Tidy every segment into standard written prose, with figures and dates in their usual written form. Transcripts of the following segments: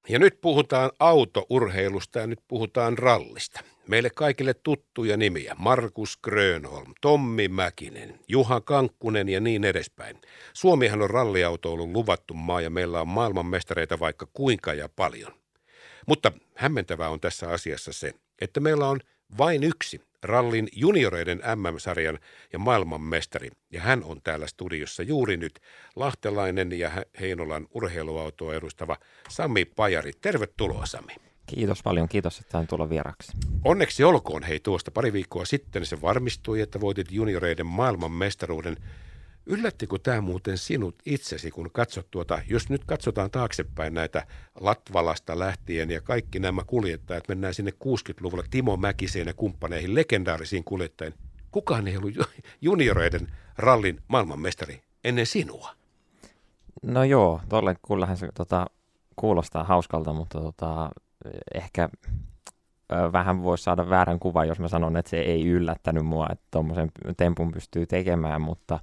Ja nyt puhutaan autourheilusta ja nyt puhutaan rallista. Meille kaikille tuttuja nimiä: Markus Grönholm, Tommi Mäkinen, Juha Kankkunen ja niin edespäin. Suomihan on ralliautoilun luvattu maa ja meillä on maailmanmestareita vaikka kuinka ja paljon. Mutta hämmentävää on tässä asiassa se, että meillä on vain yksi rallin junioreiden MM-sarjan ja maailmanmestari, ja hän on täällä studiossa juuri nyt, lahtelainen ja Heinolan urheiluautoa edustava Sami Pajari. Tervetuloa, Sami. Kiitos paljon, kiitos, että sain tulla vieraksi. Onneksi olkoon, hei, tuosta pari viikkoa sitten se varmistui, että voitit junioreiden maailmanmestaruuden. Yllättikö tämä muuten sinut itsesi, kun katsot jos nyt katsotaan taaksepäin näitä Latvalasta lähtien ja kaikki nämä kuljettajat, mennään sinne 60-luvulle Timo Mäkiseen ja kumppaneihin, legendaarisiin kuljettajien. Kukaan ei ollut junioreiden rallin maailmanmestari ennen sinua? No joo, kyllähän se kuulostaa hauskalta, mutta ehkä vähän voisi saada väärän kuvan, jos mä sanon, että se ei yllättänyt mua, että tuommoisen tempun pystyy tekemään, mutta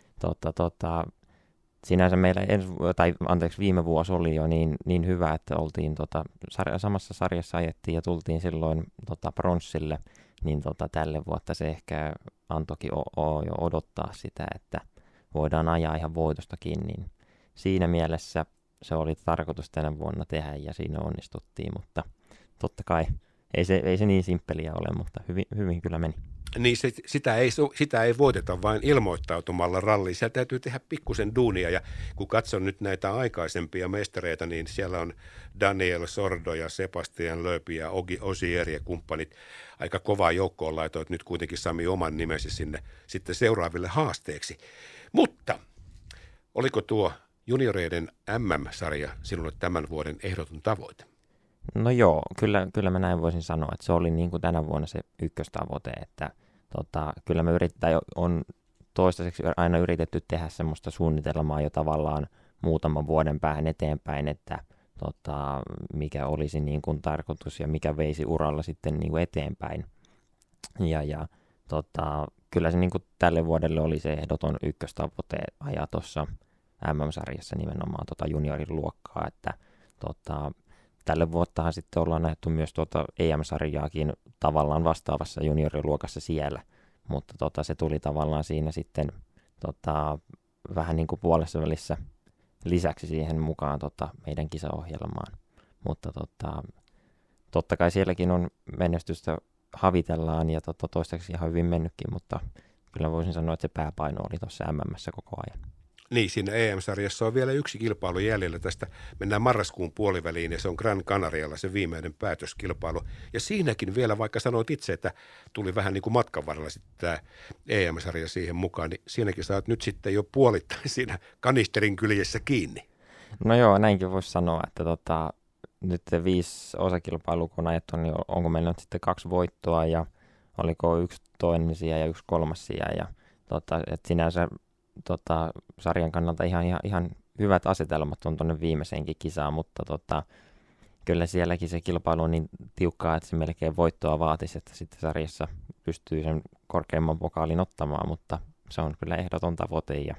sinänsä meillä viime vuosi oli jo niin hyvä, että oltiin samassa sarjassa ajettiin ja tultiin silloin pronssille, niin tälle vuotta se ehkä antoikin jo odottaa sitä, että voidaan ajaa ihan voitostakin, niin siinä mielessä se oli tarkoitus tänä vuonna tehdä ja siinä onnistuttiin, mutta totta kai ei se niin simppeliä ole, mutta hyvin kyllä meni. Niin sitä ei voiteta vain ilmoittautumalla ralliin. Siellä täytyy tehdä pikkusen duunia, ja kun katson nyt näitä aikaisempia mestareita, niin siellä on Daniel Sordo ja Sebastian Loeb ja Ogier ja kumppanit. Aika kovaa joukkoon laitoit nyt kuitenkin, Sami, oman nimesi sinne sitten seuraaville haasteeksi. Mutta oliko tuo junioreiden MM-sarja sinulle tämän vuoden ehdoton tavoite? No joo, kyllä mä näin voisin sanoa, että se oli niin kuin tänä vuonna se ykköstavoite, että kyllä me on toistaiseksi aina yritetty tehdä semmoista suunnitelmaa jo tavallaan muutaman vuoden päähän eteenpäin, että mikä olisi niin kuin tarkoitus ja mikä veisi uralla sitten niin kuin eteenpäin. Ja kyllä se niin kuin tälle vuodelle oli se ehdoton ykköstavoite ajaa tuossa MM-sarjassa nimenomaan junioriluokkaa, että tälle vuottahan sitten ollaan nähty myös EM-sarjaakin tavallaan vastaavassa junioriluokassa siellä, mutta se tuli tavallaan siinä sitten vähän niin kuin puolessa välissä lisäksi siihen mukaan meidän kisaohjelmaan. Mutta totta kai sielläkin on menestystä havitellaan ja toistaiseksi ihan hyvin mennytkin, mutta kyllä voisin sanoa, että se pääpaino oli tuossa MM:ssä koko ajan. Niin, siinä EM-sarjassa on vielä yksi kilpailu jäljellä tästä. Mennään marraskuun puoliväliin ja se on Gran Canarialla se viimeinen päätöskilpailu. Ja siinäkin vielä, vaikka sanoit itse, että tuli vähän niin kuin matkan varrella sitten tämä EM-sarja siihen mukaan, niin siinäkin saat nyt sitten jo puolittain siinä kanisterin kyljessä kiinni. No joo, näinkin voisi sanoa, että nyt 5 osakilpailua kun on ajettu, niin onko meillä nyt sitten 2 voittoa ja oliko 1 toinen sija ja 1 kolmas sija ja että sinänsä sarjan kannalta ihan hyvät asetelmat on tuonne viimeiseenkin kisaan, mutta kyllä sielläkin se kilpailu on niin tiukkaa, että se melkein voittoa vaatisi, että sitten sarjassa pystyy sen korkeamman pokaalin ottamaan, mutta se on kyllä ehdoton tavoite ja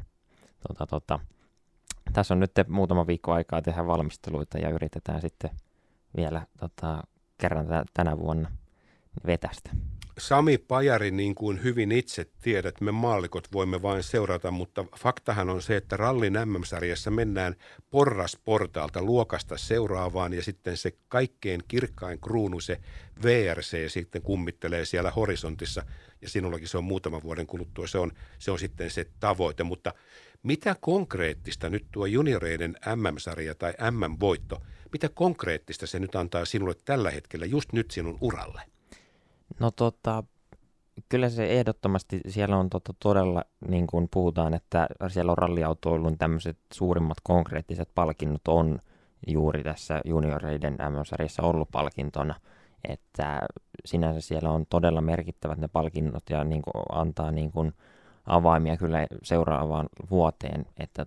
tässä on nyt muutama viikko aikaa tehdä valmisteluita ja yritetään sitten vielä kerran tänä vuonna vetästä. Sami Pajari, niin kuin hyvin itse tiedät, me maallikot voimme vain seurata, mutta faktahan on se, että rallin MM-sarjassa mennään porrasportaalta luokasta seuraavaan ja sitten se kaikkein kirkkain kruunu, se VRC, sitten kummittelee siellä horisontissa ja sinullakin se on muutaman vuoden kuluttua, se on sitten se tavoite, mutta mitä konkreettista nyt tuo junioreiden MM-sarja tai MM-voitto, mitä konkreettista se nyt antaa sinulle tällä hetkellä, just nyt sinun uralle? No kyllä se ehdottomasti siellä on todella, niin kuin puhutaan, että siellä on ralliautoilun tämmöiset suurimmat konkreettiset palkinnot on juuri tässä junioreiden MM-sarjassa ollut palkintona, että sinänsä siellä on todella merkittävät ne palkinnot ja niin kuin antaa niin kuin avaimia kyllä seuraavaan vuoteen, että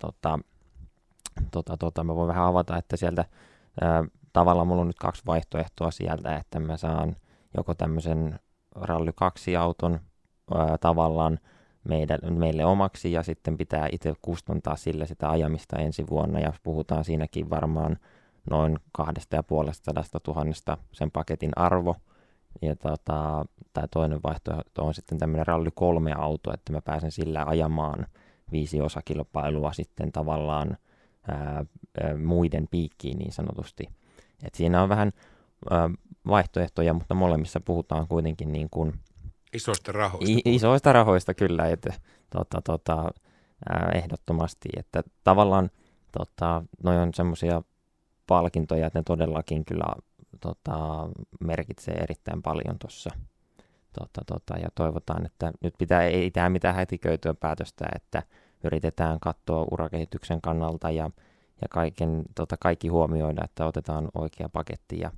mä voin vähän avata, että sieltä tavallaan mulla on nyt 2 vaihtoehtoa sieltä, että mä saan joko tämmöisen Rally 2-auton tavallaan meille omaksi ja sitten pitää itse kustantaa sille sitä ajamista ensi vuonna ja puhutaan siinäkin varmaan noin 250 000 sen paketin arvo. Ja tämä toinen vaihtoehto on sitten tämmöinen Rally 3 auto, että mä pääsen sillä ajamaan 5 osakilpailua sitten tavallaan muiden piikkiin niin sanotusti. Et siinä on vähän vaihtoehtoja, mutta molemmissa puhutaan kuitenkin niin kuin isoista rahoista. Isoista rahoista kyllä, että ehdottomasti, että tavallaan noi on semmoisia palkintoja, että ne todellakin kyllä merkitsee erittäin paljon tuossa. Ja toivotaan, että nyt ei tämä mitään hätiköityä päätöstä, että yritetään katsoa urakehityksen kannalta ja kaikki huomioida, että otetaan oikea paketti ja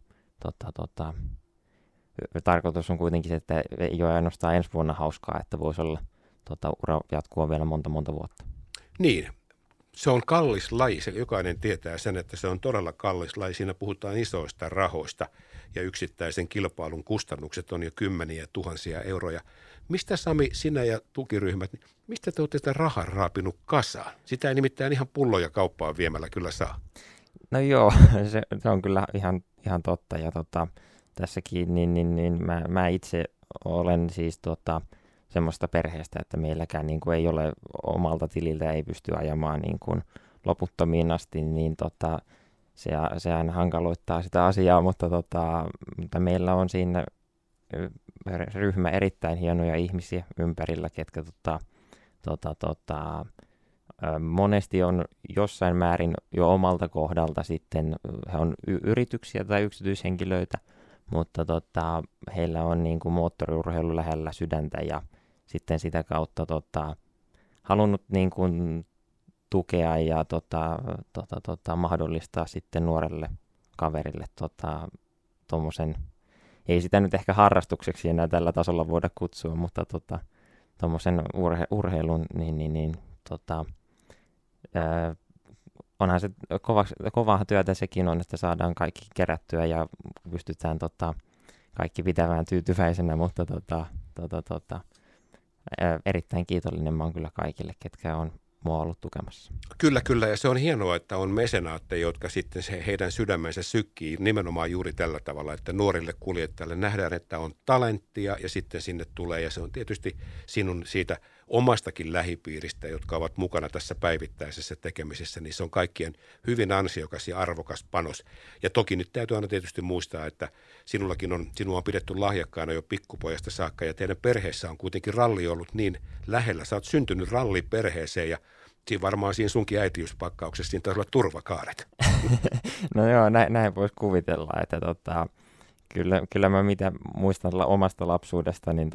tarkoitus on kuitenkin se, että ei ole ainoastaan ensi vuonna hauskaa, että voisi olla ura jatkua vielä monta vuotta. Niin, se on kallis laji. Jokainen tietää sen, että se on todella kallis laji. Siinä puhutaan isoista rahoista ja yksittäisen kilpailun kustannukset on jo kymmeniä tuhansia euroja. Mistä Sami, sinä ja tukiryhmät, mistä te olette sitä rahaa raapinut kasaan? Sitä ei nimittäin ihan pulloja kauppaan viemällä kyllä saa. No joo, se on kyllä ihan totta. Ja tässäkin niin mä itse olen siis semmoista perheestä, että meilläkään niin kuin ei ole omalta tililtä, ei pysty ajamaan niin kuin loputtomiin asti, niin se aina hankaloittaa sitä asiaa, mutta meillä on siinä ryhmä erittäin hienoja ihmisiä ympärillä, ketkä monesti on jossain määrin jo omalta kohdalta sitten, he on yrityksiä tai yksityishenkilöitä, mutta heillä on niin kuin moottoriurheilu lähellä sydäntä ja sitten sitä kautta halunnut niin kuin tukea ja mahdollistaa sitten nuorelle kaverille tuommoisen, ei sitä nyt ehkä harrastukseksi enää tällä tasolla voida kutsua, mutta tuommoisen urheilun, onhan se kovaa työtä sekin on, että saadaan kaikki kerättyä ja pystytään kaikki pitämään tyytyväisenä, mutta erittäin kiitollinen mä oon kyllä kaikille, ketkä on mua ollut tukemassa. Kyllä, ja se on hienoa, että on mesenaatteja, jotka sitten heidän sydämensä sykkii nimenomaan juuri tällä tavalla, että nuorille kuljettajille nähdään, että on talenttia ja sitten sinne tulee, ja se on tietysti sinun siitä omastakin lähipiiristä, jotka ovat mukana tässä päivittäisessä tekemisessä, niin se on kaikkien hyvin ansiokas ja arvokas panos. Ja toki nyt täytyy aina tietysti muistaa, että sinua on pidetty lahjakkaana jo pikkupojasta saakka, ja teidän perheessä on kuitenkin ralli ollut niin lähellä. Sä oot syntynyt ralliperheeseen, ja varmaan siinä sunkin äitiyspakkauksessa siinä taisi olla turvakaaret. No joo, näin voisi kuvitella, että kyllä mä mitä muistan omasta lapsuudesta, niin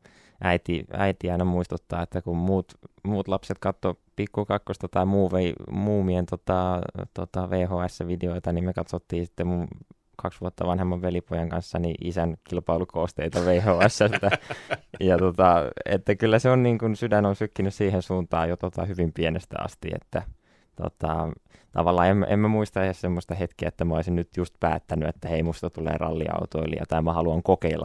äiti aina muistuttaa, että kun muut lapset katsoi Pikku Kakkosta tai muumien VHS-videoita, niin me katsottiin sitten mun 2 vuotta vanhemman velipojan kanssa niin isän kilpailukoosteita VHS:stä. Ja että kyllä se on niin kuin sydän on sykkinyt siihen suuntaan jo hyvin pienestä asti, että tavallaan en mä muista edes semmoista hetkeä, että mä olisin nyt just päättänyt, että hei, musta tulee ralliautoilija tai mä haluan kokeilla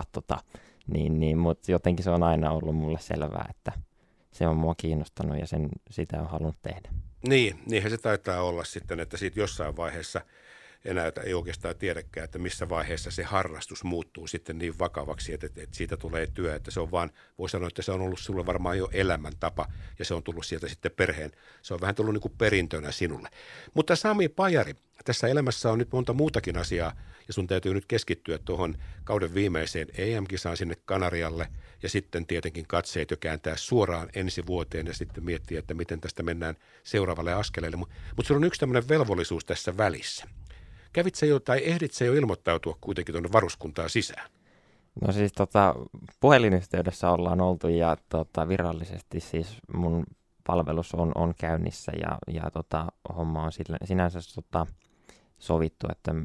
mutta jotenkin se on aina ollut mulle selvää, että se on mua kiinnostanut ja sitä on halunnut tehdä. Niinhän se taitaa olla sitten, että siitä jossain vaiheessa enää ei oikeastaan tiedäkään, että missä vaiheessa se harrastus muuttuu sitten niin vakavaksi, että siitä tulee työ, että se on vaan, voi sanoa, että se on ollut sulle varmaan jo elämäntapa ja se on tullut sieltä sitten perheen, se on vähän tullut niin kuin perintönä sinulle. Mutta Sami Pajari, tässä elämässä on nyt monta muutakin asiaa ja sun täytyy nyt keskittyä tuohon kauden viimeiseen EM-kisaan sinne Kanarialle ja sitten tietenkin katseet jo kääntää suoraan ensi vuoteen ja sitten miettiä, että miten tästä mennään seuraavalle askeleelle. Mutta sulla on yksi tämmöinen velvollisuus tässä välissä. Kävit se jo tai ehdit se jo ilmoittautua kuitenkin tuonne varuskuntaan sisään? No siis puhelinyhteydessä ollaan oltu ja virallisesti siis mun palvelus on käynnissä ja homma on sinänsä sovittu, että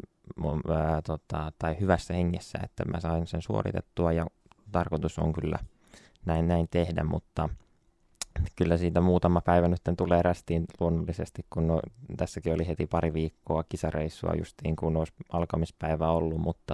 tai hyvässä hengessä, että mä sain sen suoritettua ja tarkoitus on kyllä näin tehdä, mutta kyllä siitä muutama päivä nyt tulee rästiin luonnollisesti, kun tässäkin oli heti pari viikkoa kisareissua justiin, kun olisi alkamispäivä ollut, mutta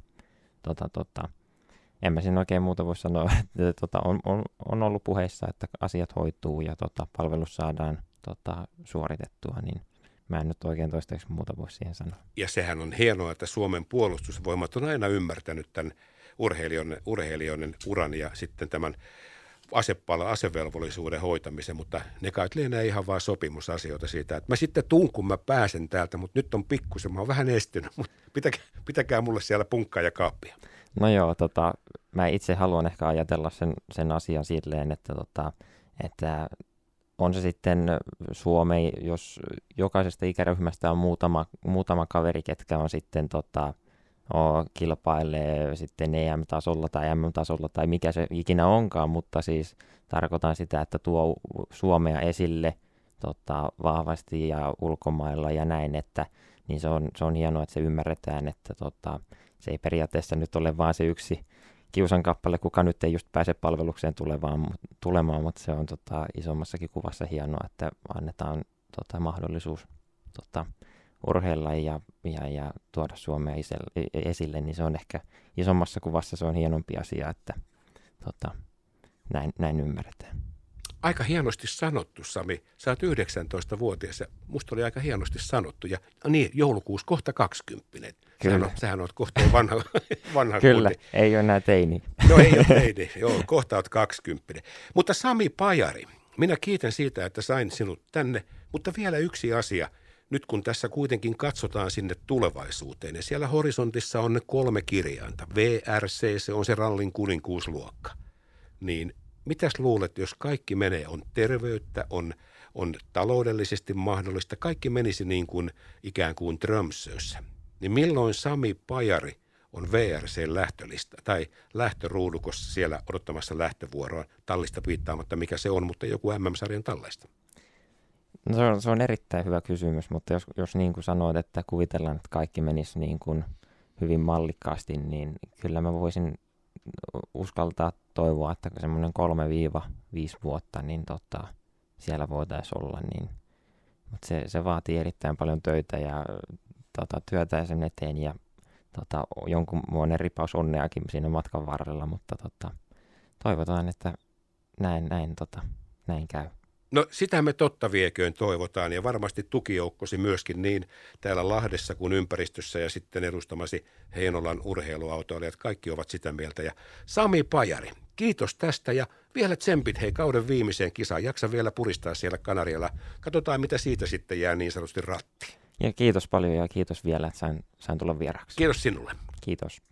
en mä siinä oikein muuta voi sanoa, että on ollut puheissa, että asiat hoituu ja palvelus saadaan suoritettua, niin mä en nyt oikein toistaiseksi muuta voi siihen sanoa. Ja sehän on hienoa, että Suomen puolustusvoimat on aina ymmärtänyt tämän urheilijoiden uran ja sitten tämän asevelvollisuuden hoitamisen, mutta ne kai lienee ihan vaan sopimusasioita siitä, että mä sitten tuun, kun mä pääsen täältä, mutta nyt on pikkusen, mä oon vähän estynyt, mutta pitäkää mulle siellä punkkaa ja kaappia. No joo, mä itse haluan ehkä ajatella sen asian silleen, että on se sitten Suomi, jos jokaisesta ikäryhmästä on muutama kaveri, ketkä on sitten kilpailee sitten EM-tasolla tai MM-tasolla tai mikä se ikinä onkaan, mutta siis tarkoitan sitä, että tuo Suomea esille vahvasti ja ulkomailla ja näin, että niin se on hienoa, että se ymmärretään, että se ei periaatteessa nyt ole vaan se yksi kiusankappale, kuka nyt ei just pääse palvelukseen tulemaan, mutta se on isommassakin kuvassa hienoa, että annetaan mahdollisuus urheilla ja tuoda Suomea esille, niin se on ehkä isommassa kuvassa se on hienompi asia, että näin ymmärretään. Aika hienosti sanottu, Sami. Sä oot 19-vuotias ja musta oli aika hienosti sanottu. Ja niin, joulukuussa kohta 20. Kyllä. Sähän oot kohta vanha Kyllä, kunti. ei ole enää teini. No ei ole teini, joo, kohta oot 20. Mutta Sami Pajari, minä kiitän siitä, että sain sinut tänne, mutta vielä yksi asia. Nyt kun tässä kuitenkin katsotaan sinne tulevaisuuteen ja siellä horisontissa on ne 3 kirjainta. VRC, se on se rallin kuninkuusluokka. Niin mitäs luulet, jos kaikki menee, on terveyttä, on taloudellisesti mahdollista, kaikki menisi niin kuin ikään kuin Tromsössä. Niin milloin Sami Pajari on VRC-lähtölista tai lähtöruudukossa siellä odottamassa lähtövuoroa, tallista piittaamatta mikä se on, mutta joku MM-sarjan talleista? No, se on erittäin hyvä kysymys, mutta jos niin kuin sanoit, että kuvitellaan, että kaikki menisi niin kuin hyvin mallikkaasti, niin kyllä mä voisin uskaltaa toivoa, että semmoinen 3-5 vuotta, niin siellä voitaisiin olla. Niin, mutta se vaatii erittäin paljon töitä ja työtä sen eteen ja jonkunmoinen ripaus onneakin siinä matkan varrella, mutta toivotaan, että näin käy. No sitä me totta vieköön toivotaan ja varmasti tukijoukkosi myöskin niin täällä Lahdessa kuin ympäristössä ja sitten edustamasi Heinolan urheiluautoilijat, kaikki ovat sitä mieltä. Ja Sami Pajari, kiitos tästä ja vielä tsempit kauden viimeiseen kisaan. Jaksa vielä puristaa siellä Kanarialla. Katsotaan mitä siitä sitten jää niin sanotusti rattiin. Ja kiitos paljon ja kiitos vielä, että sain tulla vieraaksi. Kiitos sinulle. Kiitos.